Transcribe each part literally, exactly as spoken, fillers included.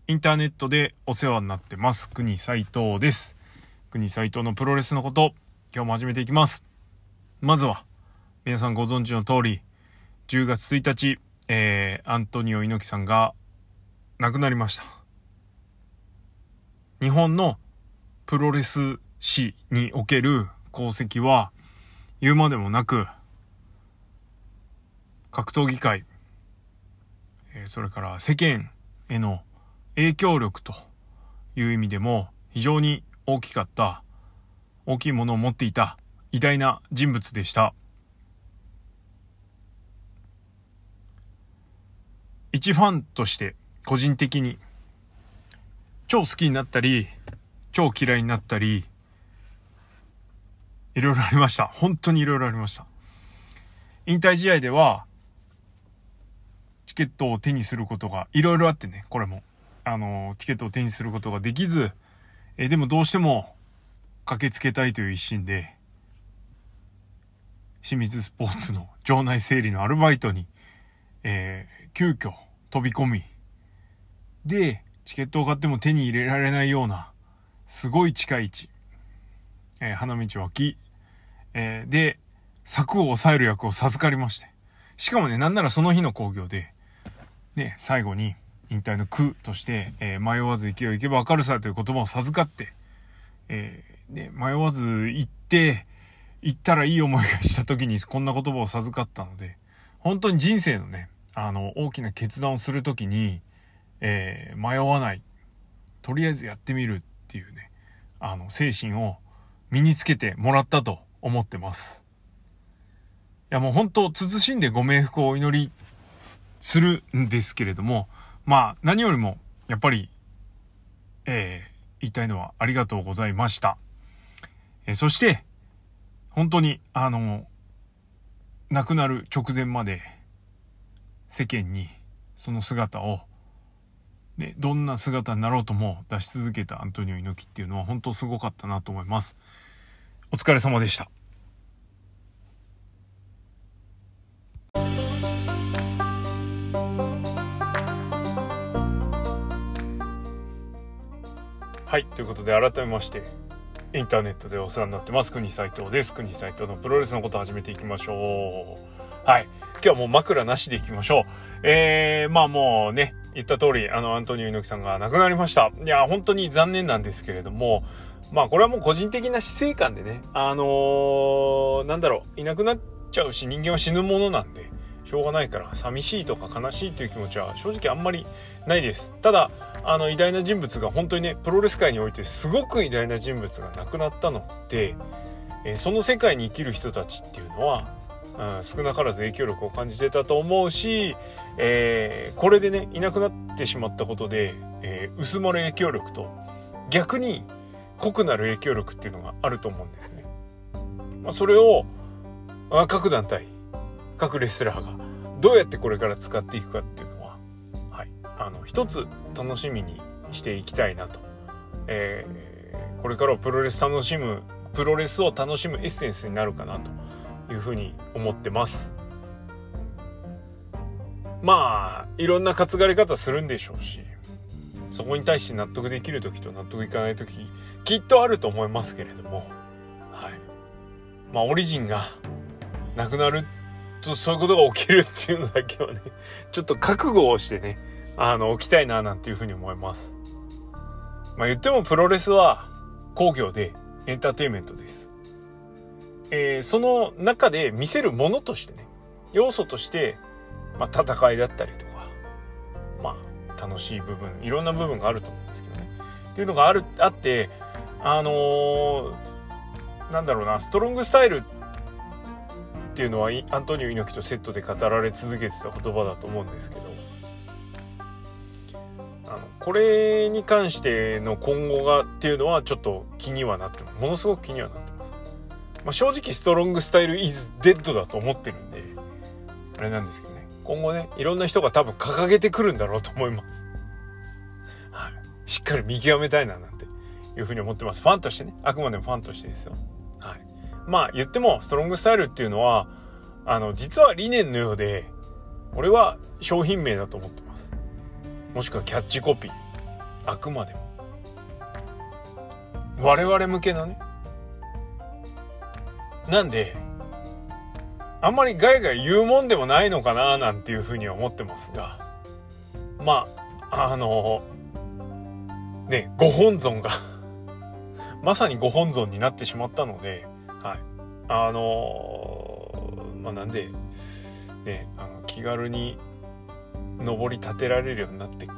インターネットでお世話になってます国斉藤です。国斉藤のプロレスのこと今日も始めていきます。まずは皆さんご存知の通りじゅうがつついたち、えー、アントニオ猪木さんが亡くなりました。日本のプロレス史における功績は言うまでもなく、格闘技界、えー、それから世間への影響力という意味でも非常に大きかった、大きいものを持っていた偉大な人物でした。一ファンとして個人的に超好きになったり超嫌いになったりいろいろありました。本当にいろいろありました。引退試合ではチケットを手にすることがいろいろあってね、これもあのチケットを手にすることができず、えでもどうしても駆けつけたいという一心で清水スポーツの場内整理のアルバイトに、えー、急遽飛び込みでチケットを買っても手に入れられないようなすごい近い位置、えー、花道脇、えー、で柵を抑える役を授かりまして、しかもね、なんならその日の興行でね、最後に引退の句として、えー、迷わず行けよ行けばわかるさという言葉を授かって、えーね、迷わず行って行ったらいい思いがした時にこんな言葉を授かったので、本当に人生のね、あの大きな決断をする時に、えー、迷わない、とりあえずやってみるっていうね、あの精神を身につけてもらったと思ってます。いやもう本当慎んでご冥福をお祈りするんですけれども、まあ何よりもやっぱり、えー、言いたいのはありがとうございました。えー、そして本当にあの亡くなる直前まで世間にその姿を、ね、どんな姿になろうとも出し続けたアントニオ猪木っていうのは本当すごかったなと思います。お疲れ様でした。はい、ということで改めましてインターネットでお世話になってます国斉藤です。国斉藤のプロレスのことを始めていきましょう。はい、今日はもう枕なしでいきましょう。えー、まあもうね、言った通りあのアントニオ猪木さんが亡くなりました。いや本当に残念なんですけれども、まあこれはもう個人的な死生観でね、あのー、なんだろう、いなくなっちゃうし人間は死ぬものなんでしょうがないから、寂しいとか悲しいという気持ちは正直あんまりないです。ただあの偉大な人物が本当にね、プロレス界においてすごく偉大な人物が亡くなったので、えー、その世界に生きる人たちっていうのは、うん、少なからず影響力を感じてたと思うし、えー、これでねいなくなってしまったことで、えー、薄まる影響力と逆に濃くなる影響力っていうのがあると思うんですね。まあ、それを各団体各レスラーがどうやってこれから使っていくかっていうのは、はい、あの一つ楽しみにしていきたいなと、えー、これからプロレス楽しむプロレスを楽しむエッセンスになるかなというふうに思ってます。まあいろんな担がれ方するんでしょうし、そこに対して納得できる時と納得いかない時きっとあると思いますけれども、はい、まあオリジンがなくなるとそういうことが起きるっていうのだけはね、ちょっと覚悟をしてね、あの起きたいななんていうふうに思います。まあ言ってもプロレスは興行でエンターテインメントです。えー、その中で見せるものとしてね、要素として、まあ、戦いだったりとか、まあ楽しい部分、いろんな部分があると思うんですけどね。っていうのがあるあって、あのー、なんだろうな、ストロングスタイルっていうのはアントニオ猪木とセットで語られ続けてた言葉だと思うんですけど、あのこれに関しての今後がっていうのはちょっと気にはなってます。ものすごく気にはなってます。まあ、正直ストロングスタイルイズデッドだと思ってるんであれなんですけどね、今後ねいろんな人が多分掲げてくるんだろうと思います。はい、しっかり見極めたいななんていうふうに思ってます。ファンとしてね、あくまでもファンとしてですよ。はい、まあ言ってもストロングスタイルっていうのはあの実は理念のようで、俺は商品名だと思ってます。もしくはキャッチコピー。 あくまでも我々向けのね。なんであんまりガヤガヤ言うもんでもないのかななんていうふうには思ってますが、まああのねご本尊がまさにご本尊になってしまったので、はい、あのまあなんでねあの気軽に上り立てられるようになっていく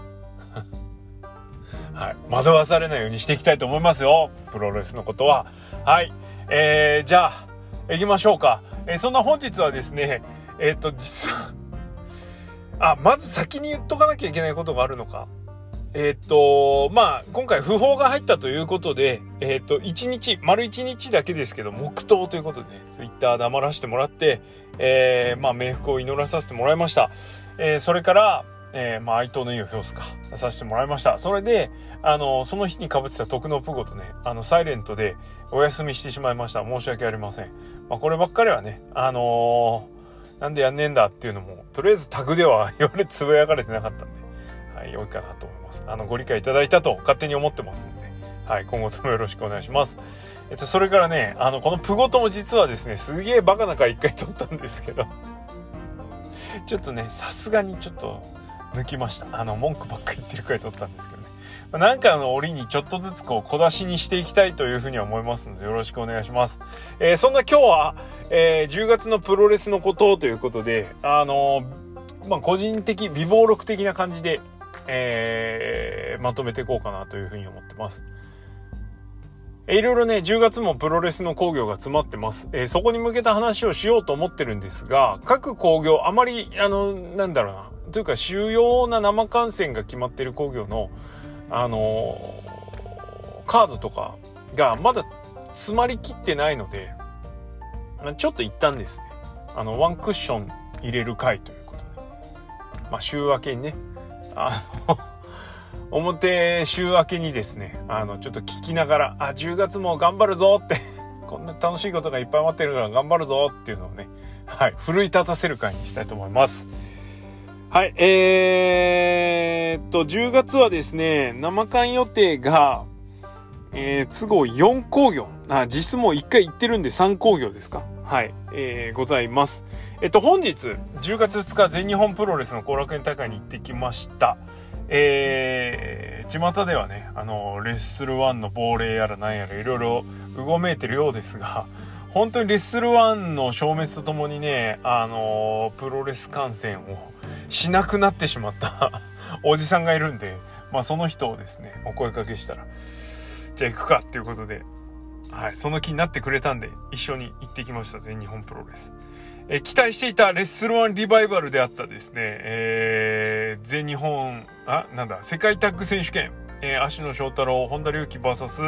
からはい、惑わされないようにしていきたいと思いますよ、プロレスのことは。はい、えー、じゃあ行きましょうか。えー、そんな本日はですね、えっと実はあまず先に言っとかなきゃいけないことがあるのか。えっとまあ今回訃報が入ったということで、えっと一日丸一日だけですけど黙祷ということで、ね、ツイッター黙らせてもらって、えー、まあ冥福を祈らさせてもらいました。えー、それからえー、まあ哀悼の意を表すかさせてもらいました。それであのその日に被ってた徳のプゴとねあのサイレントでお休みしてしまいました。申し訳ありません。まあ、こればっかりはねあのー、なんでやんねえんだっていうのもとりあえずタグでは言われつぶやかれてなかったんで、はい、良いかなと思います。あのご理解いただいたと勝手に思ってますので、はい、今後ともよろしくお願いします。えっとそれからねあのこのプゴとも実はですねすげえバカな回一回撮ったんですけどちょっとねさすがにちょっと抜きました。あの文句ばっかり言ってるくらい撮ったんですけどね、まあ、なんかの折にちょっとずつこう小出しにしていきたいというふうには思いますのでよろしくお願いします。えー、そんな今日は、えー、じゅうがつのプロレスのことということであのー、まあ個人的微暴録的な感じで、えー、まとめていこうかなというふうに思ってます。いろいろねじゅうがつもプロレスの興行が詰まってます。えー、そこに向けた話をしようと思ってるんですが、各興行あまりあのなんだろうなというか主要な生観戦が決まっている興行のあのー、カードとかがまだ詰まりきってないのでちょっと一旦ですねあのワンクッション入れる回ということで、まあ週明けにねあの表週明けにですねあのちょっと聞きながらあじゅうがつも頑張るぞってこんな楽しいことがいっぱい待ってるから頑張るぞっていうのをね、はい、奮い立たせる回にしたいと思います。はい、えー、っとじゅうがつはですね生観予定が、えー、都合よん興行、あ実質もういっかい行ってるんでさん興行ですか。はい、えー、ございます。えっと本日じゅうがつふつか全日本プロレスの後楽園大会に行ってきました。えー、巷ではねあのレッスルワンの亡霊やらなんやらいろいろうごめいてるようですが、本当にレッスルワンの消滅とともにねあのプロレス観戦をしなくなってしまったおじさんがいるんで、まあその人をですねお声かけしたらじゃあ行くかっていうことで、はい、その気になってくれたんで一緒に行ってきました。全日本プロレス、え期待していたレッスルワンリバイバルであったですね、えー、全日本あなんだ世界タッグ選手権、えー、芦野翔太郎本田隆起 ブイエス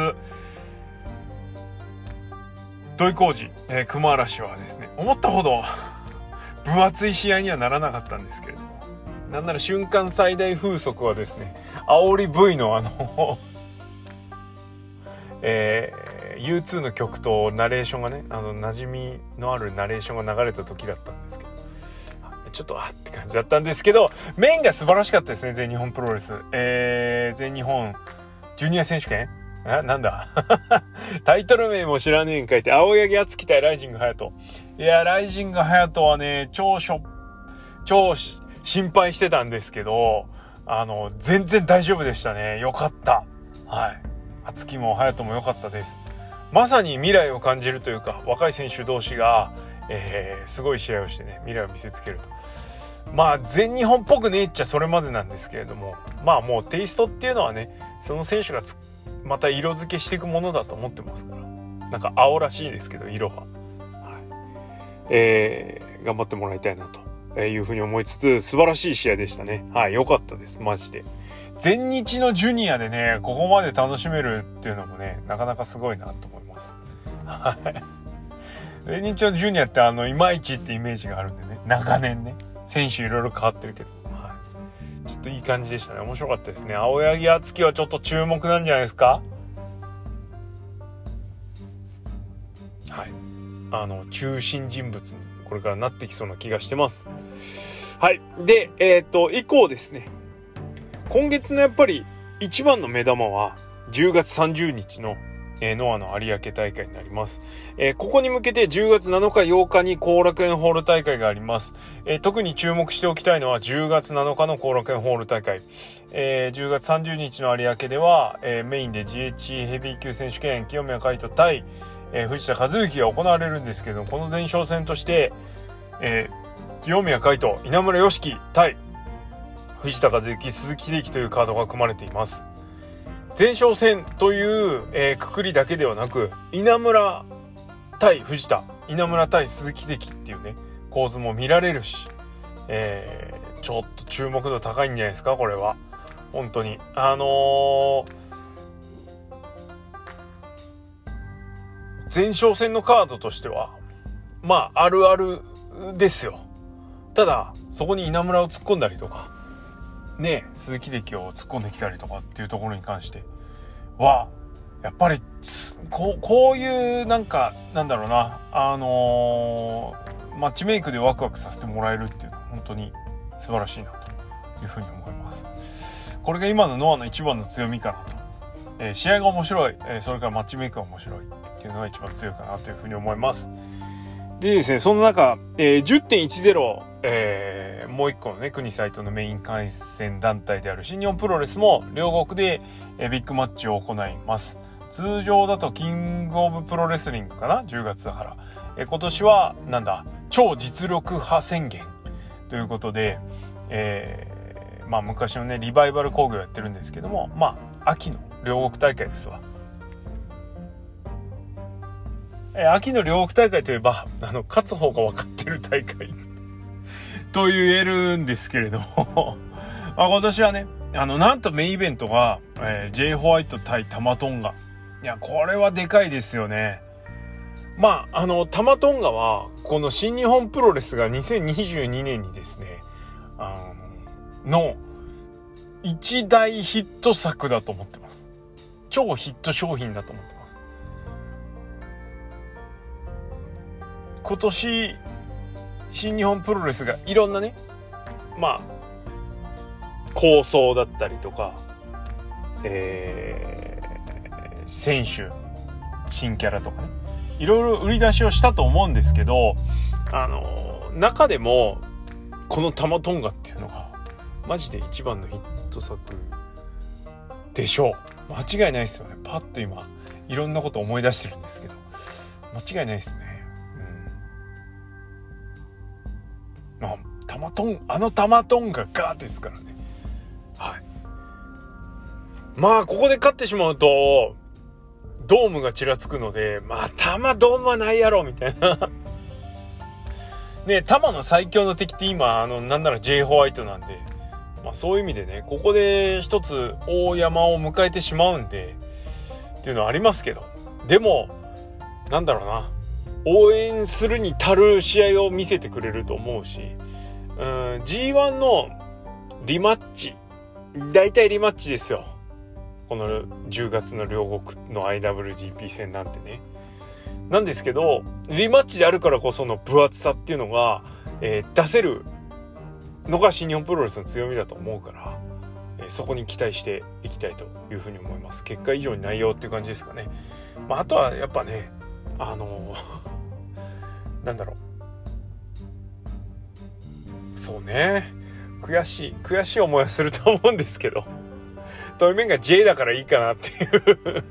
土井浩二、えー、熊嵐はですね思ったほど分厚い試合にはならなかったんですけれども、なんなら瞬間最大風速はですね煽り V のあのえー、ユーツー の曲とナレーションがねあの馴染みのあるナレーションが流れた時だったんですけど、ちょっとあって感じだったんですけど面が素晴らしかったですね。全日本プロレス、えー、全日本ジュニア選手権あなんだタイトル名も知らねえんかいって青柳敦樹対ライジング隼人。いやライジング隼人はね超しょ超心配してたんですけどあの全然大丈夫でしたね。よかった。はい敦樹も隼人もよかったです。まさに未来を感じるというか若い選手同士が、えー、すごい試合をしてね未来を見せつけると。まあ全日本っぽくねえっちゃそれまでなんですけれども、まあもうテイストっていうのはねその選手がつまた色付けしていくものだと思ってますから、なんか青らしいですけど色は、はいえー、頑張ってもらいたいなというふうに思いつつ素晴らしい試合でしたね。はい良かったですマジで。全日のジュニアでねここまで楽しめるっていうのもねなかなかすごいなと思います。はい全日のジュニアってあのいまいちってイメージがあるんでね長年ね選手いろいろ変わってるけど、はい、ちょっといい感じでしたね。面白かったですね。青柳敦樹はちょっと注目なんじゃないですか。はいあの中心人物にこれからなってきそうな気がしてます。はいでえっと以降ですね今月のやっぱり一番の目玉はじゅうがつさんじゅうにちのえー、ノアの有明大会になります、えー。ここに向けてじゅうがつなのかようかに後楽園ホール大会があります。えー、特に注目しておきたいのはじゅうがつなのかの後楽園ホール大会。えー、じゅうがつさんじゅうにちの有明では、えー、メインで ジーエイチイー ヘビー級選手権清宮海斗対、えー、藤田和幸が行われるんですけど、この前哨戦として、えー、清宮海斗、稲村良樹対藤田和幸、鈴木秀樹というカードが組まれています。前哨戦という、えー、くくりだけではなく、稲村対藤田、稲村対鈴木秀樹っていうね構図も見られるし、えー、ちょっと注目度高いんじゃないですか、これは。本当にあのー、前哨戦のカードとしてはまああるあるですよ。ただそこに稲村を突っ込んだりとかね、鈴木秀樹を突っ込んできたりとかっていうところに関してはやっぱりこう、こういうなんかなんだろうな、あのー、マッチメイクでワクワクさせてもらえるっていうのは本当に素晴らしいなというふうに思います。これが今のノアの一番の強みかなと、えー、試合が面白い、えー、それからマッチメイクが面白いっていうのが一番強いかなというふうに思います。でですね、その中、えー、じゅってんいちゼロ、えー、もう一個のね国サイトのメイン観戦団体である新日本プロレスも両国で、えー、ビッグマッチを行います。通常だとキングオブプロレスリングかな、じゅうがつだから、えー、今年はなんだ超実力派宣言ということで、えー、まあ昔のねリバイバル工業やってるんですけども、まあ秋の両国大会ですわ。えー、秋の両国大会といえばあの勝つ方が分かってる大会と言えるんですけれどもまあ今年はね、あのなんとメインイベントが、えー、J ホワイト対タマトンガ。いやこれはでかいですよね。まああのタマトンガはこの新日本プロレスがにせんにじゅうにねんにですねあのの一大ヒット作だと思ってます。超ヒット商品だと思ってます。今年新日本プロレスがいろんなねまあ構想だったりとか、えー、選手新キャラとかねいろいろ売り出しをしたと思うんですけど、あの中でもこのタマトンガっていうのがマジで一番のヒット作でしょう。間違いないですよね。パッと今いろんなこと思い出してるんですけど間違いないですね。うん、まあタマトンあのタマトンガガーですからね。はい。まあここで勝ってしまうとドームがちらつくので、まあタマドームはないやろみたいなね、タマの最強の敵って今あのなんなら J ホワイトなんで、まあそういう意味でねここで一つ大山を迎えてしまうんでっていうのはありますけど、でもなんだろうな、応援するに足る試合を見せてくれると思うし、うん ジーワン のリマッチ大体リマッチですよ。このじゅうがつの両国の アイダブリュージーピー 戦なんてね。なんですけどリマッチであるからこその分厚さっていうのが、えー、出せるのが新日本プロレスの強みだと思うから、えー、そこに期待していきたいというふうに思います。結果以上に内容っていう感じですかね。まあ、あとはやっぱねあのー、なんだろうそうね悔しい悔しい思いはすると思うんですけど対面が J だからいいかなっていう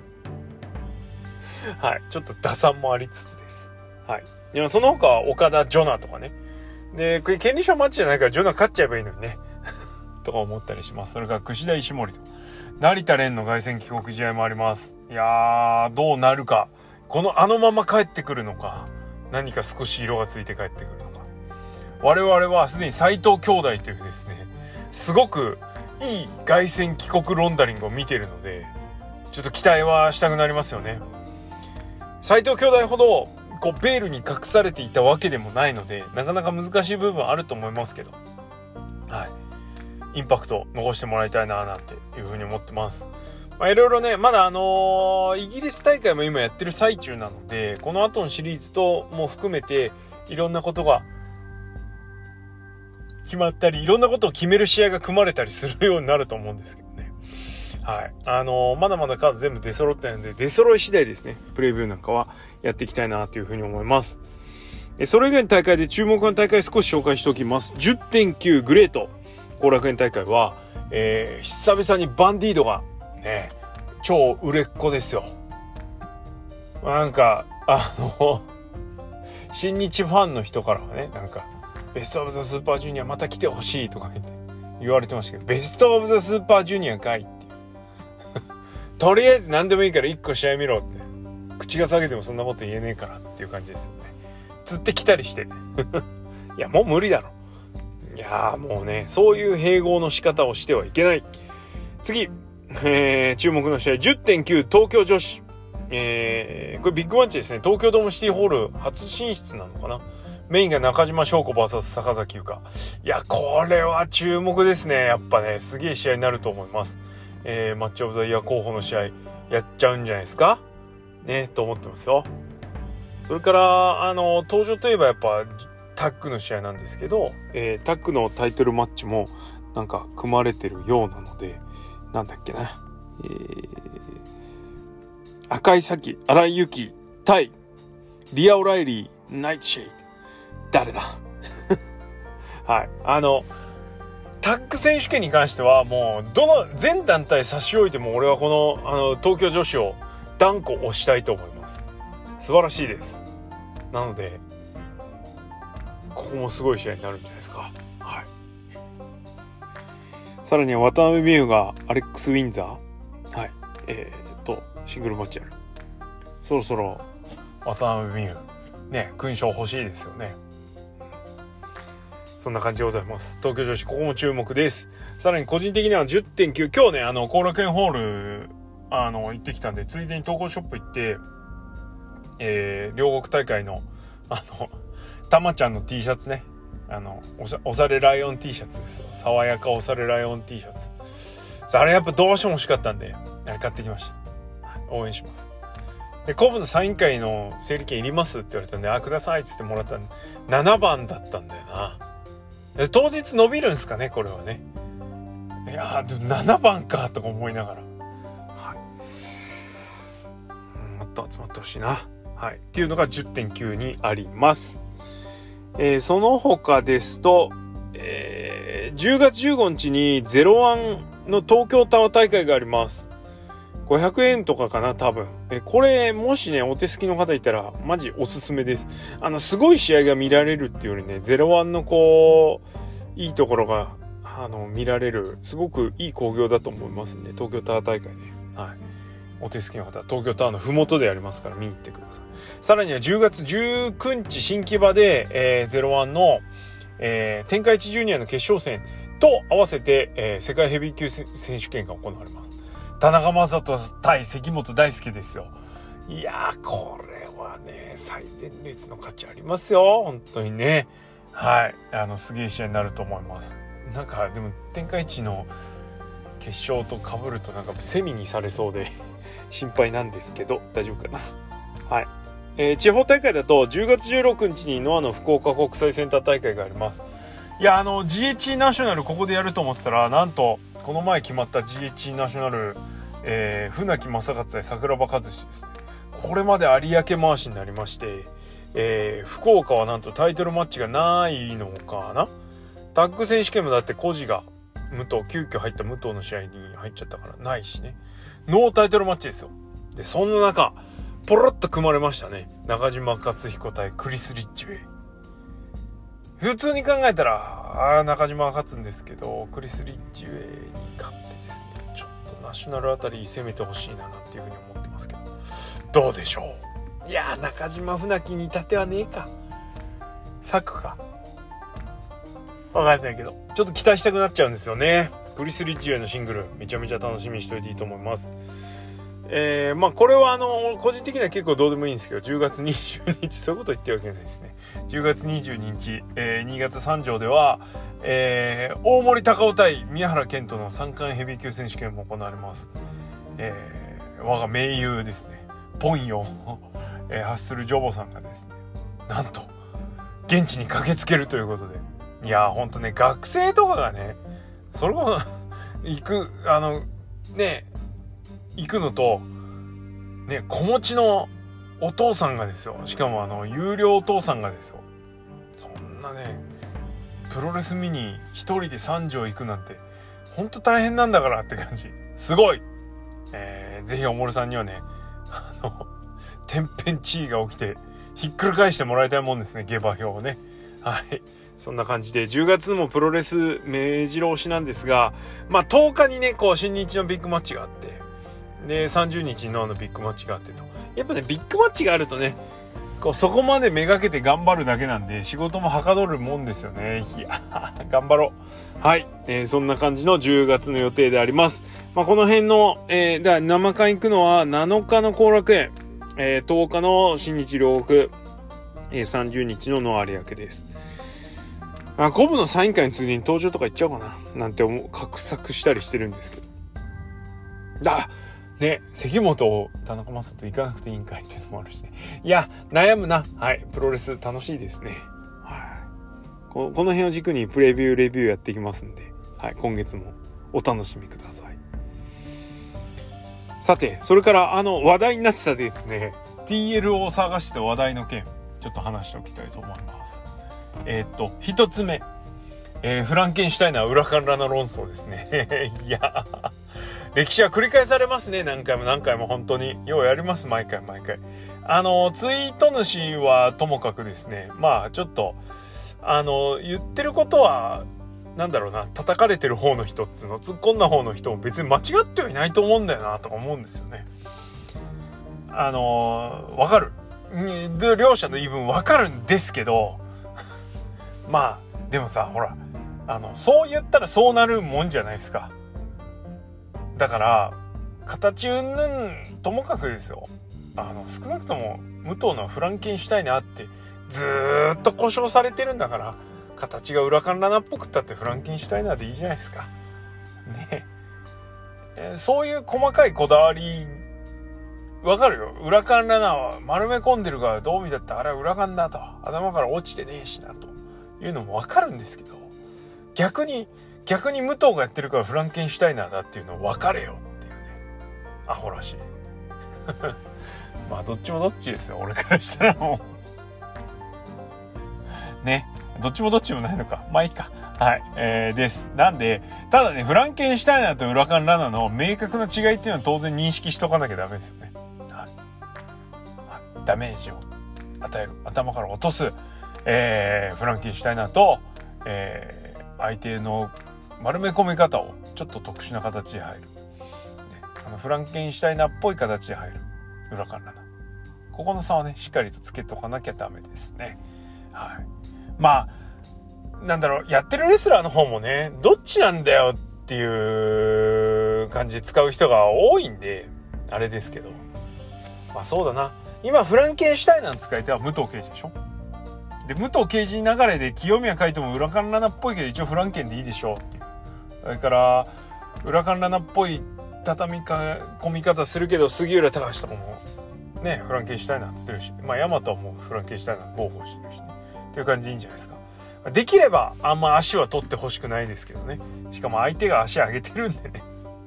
はいちょっと打算もありつつです。はいいやその他は岡田ジョナとかねで権利賞マッチじゃないからジョナ勝っちゃえばいいのにねとか思ったりします。それから櫛田石森と成田蓮の凱旋帰国試合もあります。いやーどうなるか、このあのまま帰ってくるのか何か少し色がついて帰ってくるのか。我々はすでに斉藤兄弟というですねすごくいい凱旋帰国ロンダリングを見ているのでちょっと期待はしたくなりますよね。斉藤兄弟ほどこうベールに隠されていたわけでもないのでなかなか難しい部分あると思いますけど、はいインパクト残してもらいたいななんていうふうに思ってます。まあいろいろねまだあのー、イギリス大会も今やってる最中なのでこの後のシリーズとも含めていろんなことが決まったりいろんなことを決める試合が組まれたりするようになると思うんですけどね。 はい。あのー、まだまだカード全部出揃ってないので、出揃い次第ですね。プレビューなんかはやっていきたいなというふうに思います。え、それ以外の大会で注目の大会少し紹介しておきます。じゅってんきゅう グレート後楽園大会は、えー、久々にバンディードがね、超売れっ子ですよ。なんか、あの、新日ファンの人からはね、なんか、ベストオブザスーパージュニアまた来てほしいとか言って言われてましたけど、ベストオブザスーパージュニアかいっていう。とりあえず何でもいいからいっこ試合見ろって。口が下げてもそんなこと言えねえからっていう感じですよね。釣ってきたりして。いや、もう無理だろ。いやーもうね、そういう併合の仕方をしてはいけない。次、えー、注目の試合 じゅってんきゅう 東京女子。えー、これビッグマッチですね。東京ドームシティホール初進出なのかな。メインが中島翔子 ブイエス 坂崎優香。いや、これは注目ですね。やっぱね、すげえ試合になると思います。えー、マッチオブザイヤー候補の試合やっちゃうんじゃないですかね、と思ってますよ。それから、あの、登場といえばやっぱタッグの試合なんですけど、えー、タッグのタイトルマッチもなんか組まれてるようなので、なんだっけな。えー、赤井咲、荒井由紀対リア・オライリー、ナイトシェイド。誰だはい。あの、タッグ選手権に関してはもう、どの、全団体差し置いても俺はこの、あの、東京女子を断固推したいと思います。素晴らしいです。なので、ここもすごい試合になるんじゃないですか。はい。さらには渡辺美優がアレックス・ウィンザー。はい。えー、と、シングルマッチやる。そろそろ渡辺美優、ね、勲章欲しいですよね。そんな感じでございます。東京女子、ここも注目です。さらに個人的には じゅってんきゅう、今日ね、あの、後楽園ホール、あの、行ってきたんで、ついでに東宝ショップ行って、えー、両国大会の、あの、たまちゃんの T シャツね。あの、おさ、おされライオン T シャツですよ。爽やかおされライオン T シャツ。あれやっぱどうしても欲しかったんで、あれ買ってきました。応援します。で、コブのサイン会の整理券いりますって言われたんで、あ、くださいっつってもらったんで、ななばんだったんだよな。で当日伸びるんすかね、これはね。いやー、でもななばんかとか思いながら。はい。もっと集まってほしいな。はい。っていうのが じゅってんきゅう にあります。えー、その他ですと、えー、じゅうがつじゅうごにちにゼロワンの東京タワー大会があります。ごひゃくえんとかかな、多分。え、これ、もしね、お手すきの方いたら、マジおすすめです。あの、すごい試合が見られるっていうよりね、ゼロワンのこう、いいところが、あの、見られる、すごくいい興行だと思いますんで、東京タワー大会ね。はい。お手すきの方は東京タワーのふもとでやりますから見に行ってください。さらにはじゅうがつじゅうくにち新木場で、えー、ゼロワンの、えー、天下一ジュニアの決勝戦と合わせて、えー、世界ヘビー級選手権が行われます。田中将人対関本大輔ですよ。いやー、これはね、最前列の価値ありますよ。本当にね。はい。あの、すげえ試合になると思います。なんか、でも、天下一の決勝と被るとなんかセミにされそうで心配なんですけど、大丈夫かな。はい。えー、地方大会だとじゅうがつじゅうろくにちにノアの福岡国際センター大会があります。いや、あの ジーエイチイー ナショナルここでやると思ってたら、なんとこの前決まった ジーエイチイー ナショナル、えー、船木正勝対桜庭和志ですね。これまで有明回しになりまして、えー、福岡はなんとタイトルマッチがないのかな。タッグ選手権もだってコジが武藤、急遽入った武藤の試合に入っちゃったからないしね。ノータイトルマッチですよ。で、そんな中、ポロッと組まれましたね。中島克彦対クリス・リッチウェイ。普通に考えたら、あ中島は勝つんですけど、クリス・リッチウェイに勝ってですね、ちょっとナショナルあたり攻めてほしいななんていうふうに思ってますけど、どうでしょう。いやー、中島船木に至ってはねえか。策か。わかんないけど、ちょっと期待したくなっちゃうんですよね。クリス・リッチウェイのシングル、めちゃめちゃ楽しみにしといていいと思います。えー、まあこれはあの個人的には結構どうでもいいんですけど、じゅうがつにじゅうにち、そういうこと言ってるわけないですね。じゅうがつにじゅうににち、えー、新潟三条では、えー、大森高尾対宮原健人の三冠ヘビー級選手権も行われます。えー、我が盟友ですね、ポンヨを、えー、発するジョボさんがですね、なんと現地に駆けつけるということで、いやーほんとね、学生とかがね、それこそ行く、あのね、 行くのと、ね、子持ちのお父さんがですよ。しかもあの、有料お父さんがですよ。そんなね、プロレス見に一人で三条行くなんて、ほんと大変なんだからって感じ。すごい、えー、ぜひおもるさんにはね、あの、天変地異が起きて、ひっくり返してもらいたいもんですね、下馬評をね。はい。そんな感じで、じゅうがつもプロレス目白押しなんですが、まあとおかにね、こう、新日のビッグマッチがあって、で、さんじゅうにちにノアのビッグマッチがあってと。やっぱね、ビッグマッチがあるとね、こうそこまでめがけて頑張るだけなんで、仕事もはかどるもんですよね。いや、頑張ろう。はい、えー。そんな感じのじゅうがつの予定であります。まあ、この辺の、えー、だ生館行くのはなのかの後楽園、えー、とおかの新日両国、えー、さんじゅうにちのノア有明です。あ、コブのサイン会のついでに登場とか行っちゃおうかななんて思う、画策したりしてるんですけど。だね、関本田中将人行かなくていいんかいっていうのもあるしね。いや、悩むな。はい。プロレス楽しいですね。はい。こ, この辺を軸にプレビュー、レビューやっていきますんで、はい。今月もお楽しみください。さて、それからあの話題になってたですね、ティーエル を探して話題の件、ちょっと話しておきたいと思います。えー、っと、一つ目。えー、フランケンシュタイナー裏カンラナ論争ですね。いや歴史は繰り返されますね。何回も何回も本当に。ようやります。毎回毎回。あの、ツイート主はともかくですね。まあ、ちょっと、あの、言ってることは、なんだろうな、叩かれてる方の人っつうの、突っ込んだ方の人も別に間違ってはいないと思うんだよな、とか思うんですよね。あの、わかる。両者の言い分わかるんですけど、まあ、でもさ、ほら、あの、そう言ったらそうなるもんじゃないですか。だから、形云々ともかくですよ。あの、少なくとも、武藤のフランケンシュタイナーってずーっと故障されてるんだから、形が裏カンラナっぽくったってフランケンシュタイナーでいいじゃないですか。ねえ。そういう細かいこだわり、わかるよ。裏カンラナは丸め込んでるからどう見たってあれは裏カンだと。頭から落ちてねえしなというのもわかるんですけど、逆に、逆に武藤がやってるからフランケンシュタイナーだっていうのを分かれよっていうね。アホらしい。まあどっちもどっちですよ。俺からしたらもう。ね。どっちもどっちもないのか。まあいいか。はい。えー、です。なんで、ただね、フランケンシュタイナーとウラカンラナの明確な違いっていうのは当然認識しとかなきゃダメですよね。はい。ダメージを与える。頭から落とす。えー、フランケンシュタイナーと、えー、相手の丸め込み方をちょっと特殊な形で入る、ね、あのフランケンシュタイナーっぽい形で入る裏カンラナ、ここの差をねしっかりとつけとかなきゃダメですね。はい。まあなんだろう、やってるレスラーの方もね、どっちなんだよっていう感じで使う人が多いんであれですけど、まあそうだな、今フランケンシュタイナーの使い手は武藤敬司でしょ。で武藤敬司流れで清宮海斗も裏カンラナっぽいけど一応フランケンでいいでしょっていう、それから裏カンラナっぽい畳み込み方するけど杉浦隆とかもねフランケンシュタイナーっつってるし、まあ大和はもうフランケンシュタイナー豪語してるしねっていう感じでいいんじゃないですか。できればあんま足は取ってほしくないですけどね。しかも相手が足上げてるんでね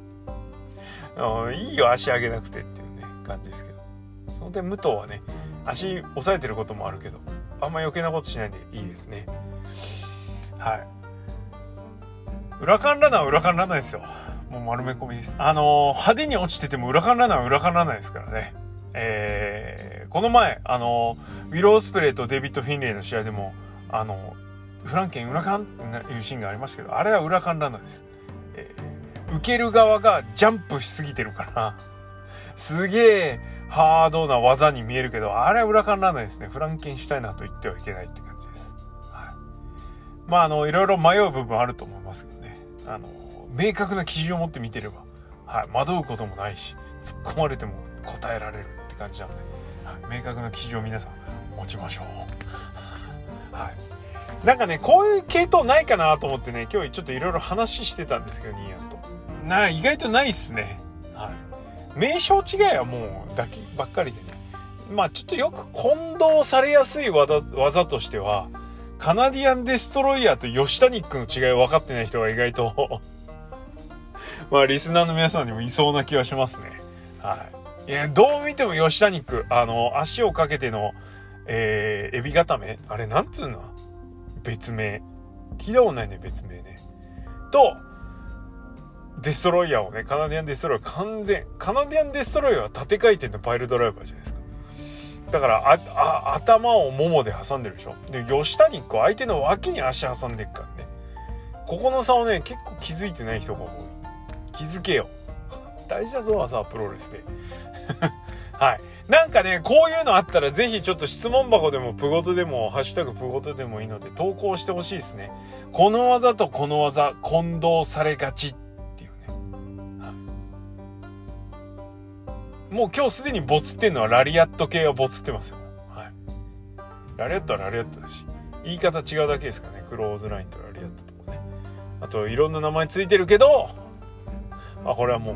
いいよ足上げなくてっていうね感じですけど、その点武藤はね足押さえてることもあるけどあんま余計なことしないんでいいですね。はい。裏カンラナは裏カンラナですよ。もう丸め込みです。あのー、派手に落ちてても裏カンラナは裏カンラナですからね。えー、この前、あのー、ウィロースプレイとデビッド・フィンレイの試合でも、あのー、フランケン裏カンっていうシーンがありましたけど、あれは裏カンラナです。えー、受ける側がジャンプしすぎてるから、すげえハードな技に見えるけど、あれは裏カンラナですね。フランケンシュタイナーと言ってはいけないって感じです。はい。まあ、あの、いろいろ迷う部分あると思いますけどね。あの、明確な基準を持って見てれば、はい、惑うこともないし、突っ込まれても答えられるって感じなので、はい、明確な基準を皆さん持ちましょう。はい。なんかね、こういう系統ないかなと思ってね、今日ちょっといろいろ話してたんですけど、ニーヤンと。な、意外とないっすね。はい。名称違いはもうだけばっかりでね。まあちょっとよく混同されやすい技、技としては、カナディアンデストロイヤーとヨシタニックの違いを分かってない人が意外とまあリスナーの皆さんにもいそうな気はしますね。 はい。いや、どう見ても吉田肉、あの、足をかけての、えー、エビ固めあれ、なんつうの別名。聞いたことないね、別名ね。と、デストロイヤーをね、カナディアンデストロイヤー完全、カナディアンデストロイヤーは縦回転のパイルドライバーじゃないですか。だから、あ、あ、頭をももで挟んでるでしょ。で、吉田肉は相手の脇に足挟んでるからね。ここの差をね、結構気づいてない人が多い。気づけよ。大事だぞ、朝はプロレスで。はい。なんかね、こういうのあったらぜひちょっと質問箱でもプゴトでもハッシュタグプゴトでもいいので投稿してほしいですね。この技とこの技混同されがちっていうね。はい、もう今日すでにボツってんのはラリアット系はボツってますよ。はい。ラリアットはラリアットだし、言い方違うだけですかね。クローズラインとラリアットとかね。あといろんな名前ついてるけど、あ、これはもう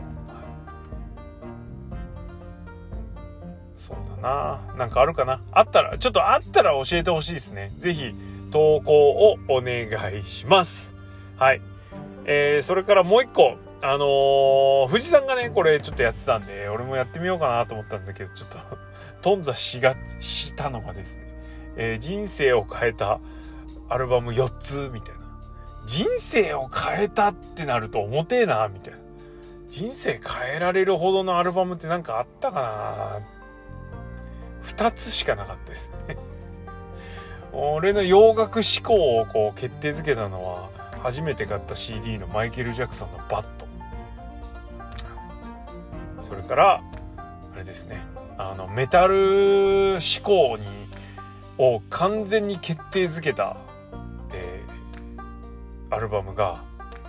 そうだな。なんかあるかな。あったら、ちょっとあったら教えてほしいですね。ぜひ投稿をお願いします。はい。えー、それからもう一個。あのー、富士山がね、これちょっとやってたんで、俺もやってみようかなと思ったんだけど、ちょっと、頓挫しが、したのがですね、えー、人生を変えたアルバムよっつみたいな。人生を変えたってなると重てえな、みたいな。人生変えられるほどのアルバムってなんかあったかなふたつしかなかったですね。俺の洋楽志向をこう決定づけたのは初めて買った シーディー のマイケル・ジャクソンのバット。それからあれですね、あのメタル志向にを完全に決定づけた、えー、アルバムが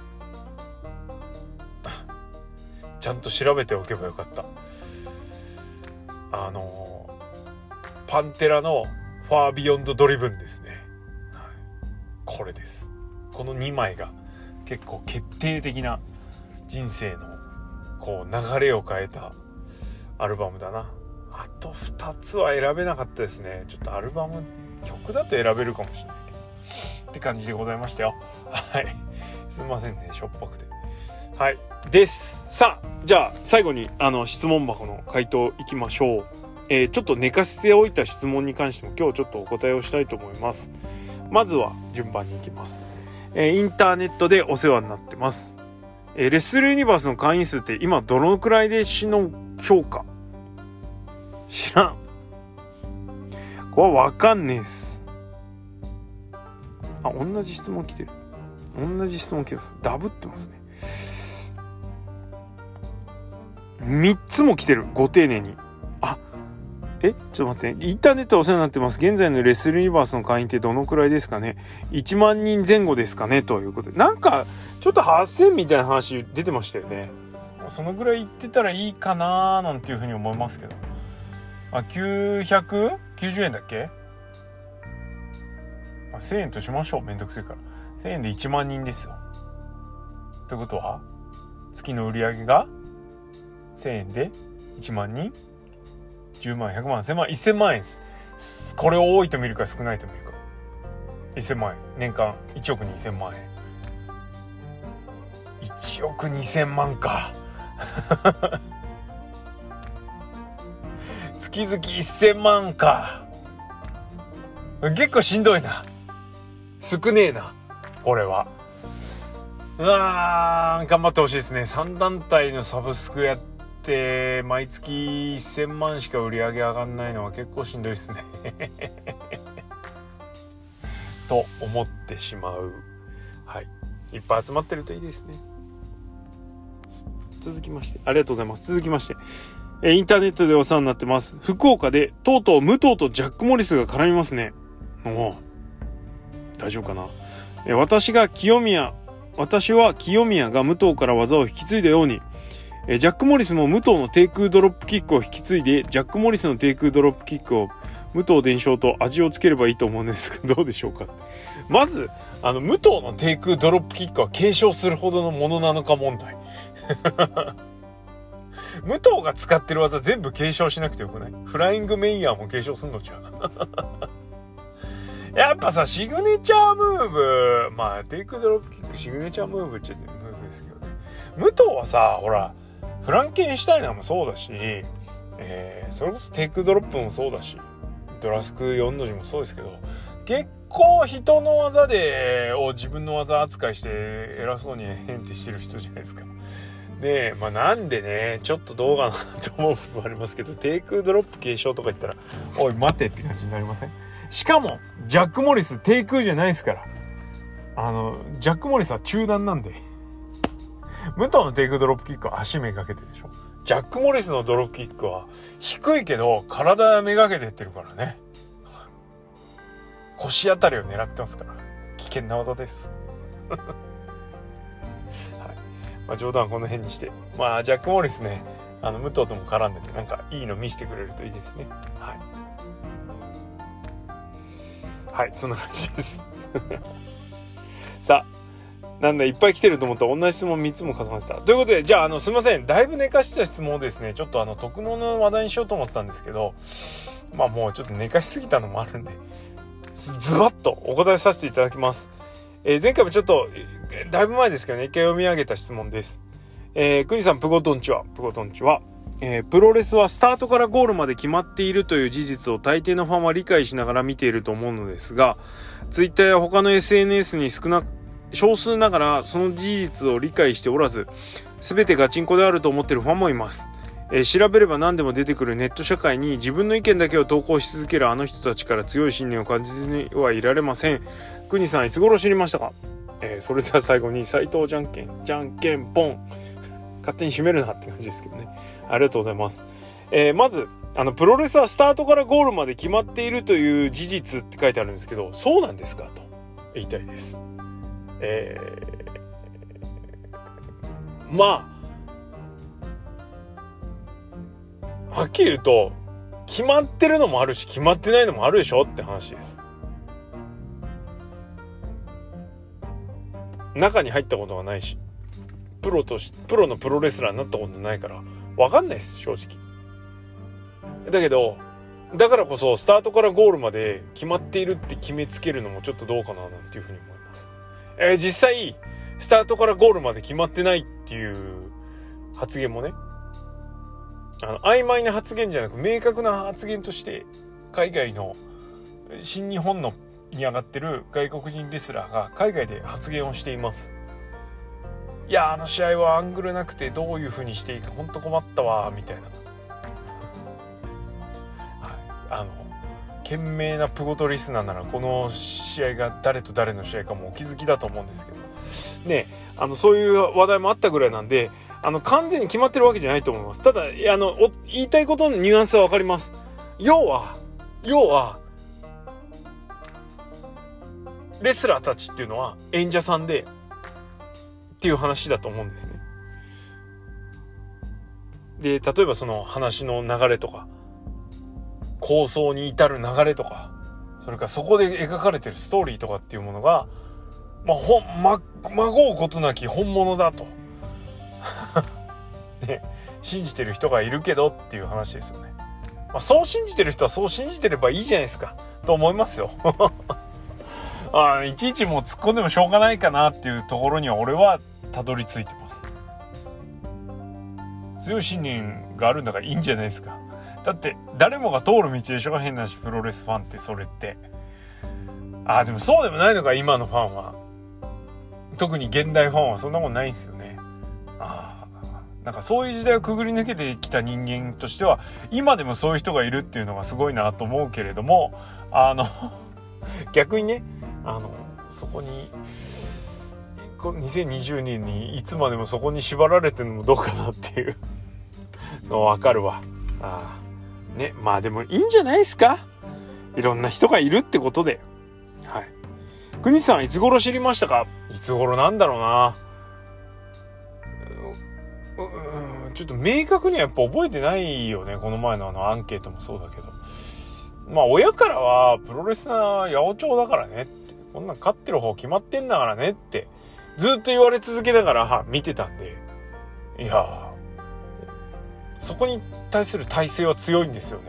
ちゃんと調べておけばよかった。あのパンテラのファービヨンドドリブンですね、はい、これです。このにまいが結構決定的な人生のこう流れを変えたアルバムだな。あとふたつは選べなかったですね。ちょっとアルバム曲だと選べるかもしれないけどって感じでございましたよ。はい、すみませんね、しょっぱくて。はいです。さあ、じゃあ最後にあの質問箱の回答いきましょう。えー、ちょっと寝かせておいた質問に関しても今日ちょっとお答えをしたいと思います。まずは順番に行きます。えー、インターネットでお世話になってます。えー、レッスルユニバースの会員数って今どのくらいでしの評価知らん。これはわかんねえっす。あ、同じ質問来てる。同じ質問来てます。ダブってますね。みっつも来てる。ご丁寧に。あ、え、ちょっと待って。インターネットお世話になってます。現在のレッスルユニバースの会員ってどのくらいですかね。いちまんにんぜん後ですかね、ということで。なんか、ちょっとはっせんみたいな話出てましたよね。そのぐらい言ってたらいいかなーなんていうふうに思いますけど。あ、きゅうひゃくきゅうじゅうえんだっけ？あ、せんえんとしましょう。めんどくせえから。せんえんでいちまんにんですよ。ということは、月の売り上げがせんえんでいちまんにん、じゅうまん、ひゃくまん、せんまん、せんまんえんです。これを多いと見るか少ないと見るか。せんまんえん。年間いちおくにせんまんえん。いちおくにせんまんか。月々せんまんか。結構しんどいな。少ねえな。これは。うわー、頑張ってほしいですね。さん団体のサブスクやって毎月せんまんしか売り上げ上がんないのは結構しんどいですね。と思ってしまう。はい。いっぱい集まってるといいですね。続きまして、ありがとうございます。続きまして、えインターネットでお世話になってます。福岡でとうとう武藤とジャック・モリスが絡みますね。おお、大丈夫かな。え私が清宮私は清宮が武藤から技を引き継いだように、えジャック・モリスも武藤の低空ドロップキックを引き継いで、ジャック・モリスの低空ドロップキックを武藤伝承と味をつければいいと思うんですが、どうでしょうか。まずあの武藤の低空ドロップキックは継承するほどのものなのか問題。武藤が使ってる技全部継承しなくてよくない？フライングメイヤーも継承すんのじゃん。やっぱさ、シグネチャームーブ、まあテイクドロップキックシグネチャームーブっちゃムーブですけどね。武藤はさ、ほらフランケンシュタイナーもそうだし、えー、それこそテイクドロップもそうだし、ドラスクよんの字もそうですけど、結構人の技でを自分の技扱いして偉そうに変ってしてる人じゃないですか。で、まあなんでね、ちょっとどうかなと思う部分ありますけど、テイクドロップ継承とか言ったら、おい待てって感じになりません？しかもジャック・モリステイクじゃないですから。あのジャック・モリスは中段なんで武藤のテイクドロップキックは足めがけてるでしょ。ジャック・モリスのドロップキックは低いけど体めがけてってるからね。腰あたりを狙ってますから危険な技ですはい、まあ、冗談はこの辺にして、まあジャック・モリスね、あの武藤とも絡んでてなんかいいの見せてくれるといいですね。はいはい、そんな感じですさあ、なんだいっぱい来てると思ったら同じ質問みっつも重ねてたということで、じゃあ、あのすいません、だいぶ寝かした質問をですね、ちょっとあの特納の話題にしようと思ってたんですけど、まあもうちょっと寝かしすぎたのもあるんでズバッとお答えさせていただきます。えー、前回もちょっとだいぶ前ですけどね、一回読み上げた質問です。えー、クニさん、プゴトンチはプゴトンチはえー、プロレスはスタートからゴールまで決まっているという事実を大抵のファンは理解しながら見ていると思うのですが、ツイッターや他の エスエヌエス に少な少数ながらその事実を理解しておらず、全てガチンコであると思っているファンもいます。えー、調べれば何でも出てくるネット社会に自分の意見だけを投稿し続けるあの人たちから強い信念を感じずにはいられません。クニさん、いつ頃知りましたか？えー、それでは最後に斉藤じゃんけんじゃんけんポン勝手に締めるなって感じですけどね。ありがとうございます。えー、まずあのプロレスはスタートからゴールまで決まっているという事実って書いてあるんですけど、そうなんですかと言いたいです。えー、まあはっきり言うと決まってるのもあるし決まってないのもあるでしょって話です。中に入ったことがないし、プロとしプロのプロレスラーになったことないから分かんないです正直。だけどだからこそスタートからゴールまで決まっているって決めつけるのもちょっとどうかななんていうふうに思います。えー、実際スタートからゴールまで決まってないっていう発言もね、あの曖昧な発言じゃなく明確な発言として海外の新日本のに上がってる外国人レスラーが海外で発言をしています。いやあの試合はアングルなくてどういう風にしていいか本当困ったわみたいな、はい、あの懸命なプゴトリスナーならこの試合が誰と誰の試合かもお気づきだと思うんですけどね、あのそういう話題もあったぐらいなんで、あの完全に決まってるわけじゃないと思います。ただあの言いたいことのニュアンスは分かります。要は要はレスラーたちっていうのは演者さんでっていう話だと思うんですね。で、例えばその話の流れとか構想に至る流れとか、それからそこで描かれてるストーリーとかっていうものがまあほままごうことなき本物だとね、信じてる人がいるけどっていう話ですよね。まあ、そう信じてる人はそう信じてればいいじゃないですかと思いますよあ、いちいちもう突っ込んでもしょうがないかなっていうところには俺はたどり着いてます。強い信念があるんだからいいんじゃないですか。だって誰もが通る道でしょ、変な話、プロレスファンってそれって。あ、でもそうでもないのか今のファンは。特に現代ファンはそんなことないんですよね。あ、なんかそういう時代をくぐり抜けてきた人間としては今でもそういう人がいるっていうのがすごいなと思うけれども、あの逆にね、あのそこににせんにじゅうねんにいつまでもそこに縛られてるのもどうかなっていうの分かるわ。ああね、まあでもいいんじゃないですか、いろんな人がいるってことで。はい。国さんいつ頃知りましたか？いつ頃なんだろうな、う、う、ちょっと明確にはやっぱ覚えてないよね。この前のあのアンケートもそうだけど、まあ親からはプロレスな八百長だからねって、こんなん勝ってる方決まってんだからねってずっと言われ続けながら見てたんで、いやー、そこに対する耐性は強いんですよね。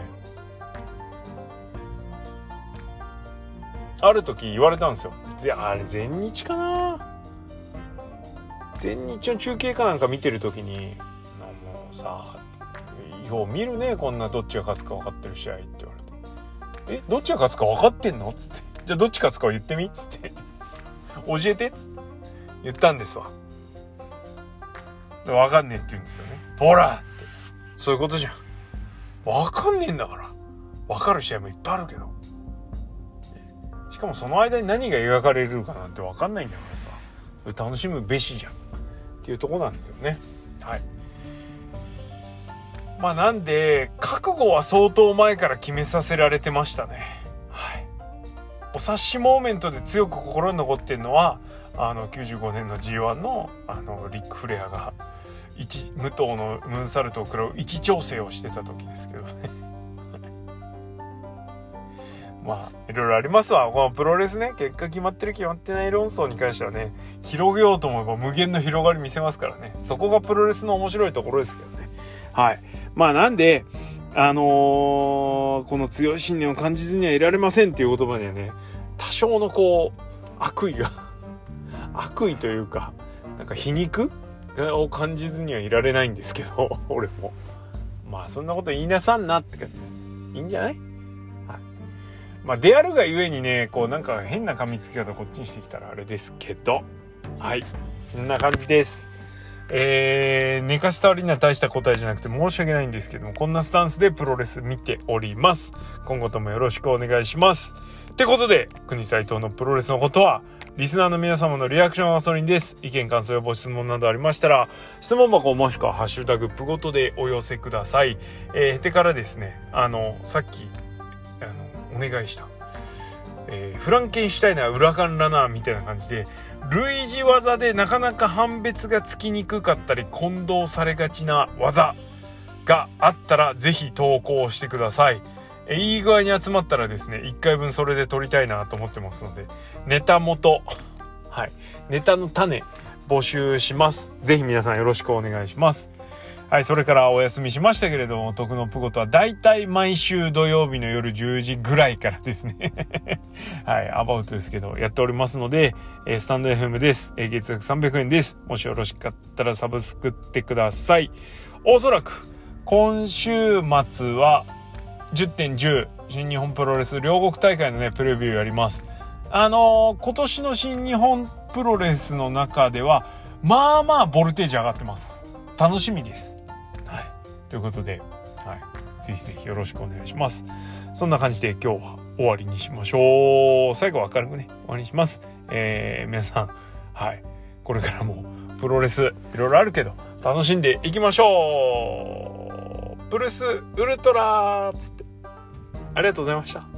ある時言われたんですよ。いや、あれ全日かな、全日の中継かなんか見てる時に、もうさ、よう見るねこんなどっちが勝つか分かってる試合って言われて、えどっちが勝つか分かってんのっつって、じゃあどっち勝つかを言ってみっつって教えてっつって言ったんですわ。分かんねえって言うんですよね。ほらってそういうことじゃん。分かんねえんだから。分かる試合もいっぱいあるけど、しかもその間に何が描かれるかなんて分かんないんだからさ、それ楽しむべしじゃんっていうところなんですよね。はい。まあなんで覚悟は相当前から決めさせられてましたね。はい。お察しモーメントで強く心に残ってるのはあのきゅうじゅうごねんの ジーワン のあのリック・フレアが一武藤のムーンサルトを食らう位置調整をしてた時ですけどね。まあいろいろありますわ。このプロレスね、結果決まってる決まってない論争に関してはね、広げようと思えば無限の広がり見せますからね。そこがプロレスの面白いところですけどね。はい。まあなんであのー、この強い信念を感じずにはいられませんっていう言葉にはね、多少のこう悪意が悪意というかなんか皮肉を感じずにはいられないんですけど、俺もまあそんなこと言いなさんなって感じです。いいんじゃない？まあであるがゆえにね、こうなんか変な噛みつき方こっちにしてきたらあれですけど、はい、こんな感じです。えー、寝かせたわりには大した答えじゃなくて申し訳ないんですけども、こんなスタンスでプロレス見ております。今後ともよろしくお願いします。ってことで、国斉藤のプロレスのことはリスナーの皆様のリアクションはそれにです。意見感想やご質問などありましたら質問箱もしくはハッシュタグプごとでお寄せください。えー、てからですね、あのさっきあのお願いした、えー、フランケンシュタイナーウラカンラナーみたいな感じで類似技でなかなか判別がつきにくかったり混同されがちな技があったらぜひ投稿してください。えー、いい具合に集まったらですねいっかいぶんそれで撮りたいなと思ってますので、ネタ元はいネタの種募集します。ぜひ皆さんよろしくお願いします。はい、それからお休みしましたけれども、徳のプゴとはだいたい毎週土曜日の夜じゅうじぐらいからですねはい、アバウトですけどやっておりますので、えー、スタンド エフエム です、えー、月額さんびゃくえんです。もしよろしかったらサブスクってください。おそらく今週末は じゅってんじゅう 新日本プロレス両国大会のねプレビューやります。あのー、今年の新日本プロレスの中ではまあまあボルテージ上がってます。楽しみです。はい、ということで、はい、ぜひぜひよろしくお願いします。そんな感じで今日は終わりにしましょう。最後は明るくね終わりにします。えー、皆さん、はい、これからもプロレスいろいろあるけど楽しんでいきましょう。プルスウルトラーっつってありがとうございました。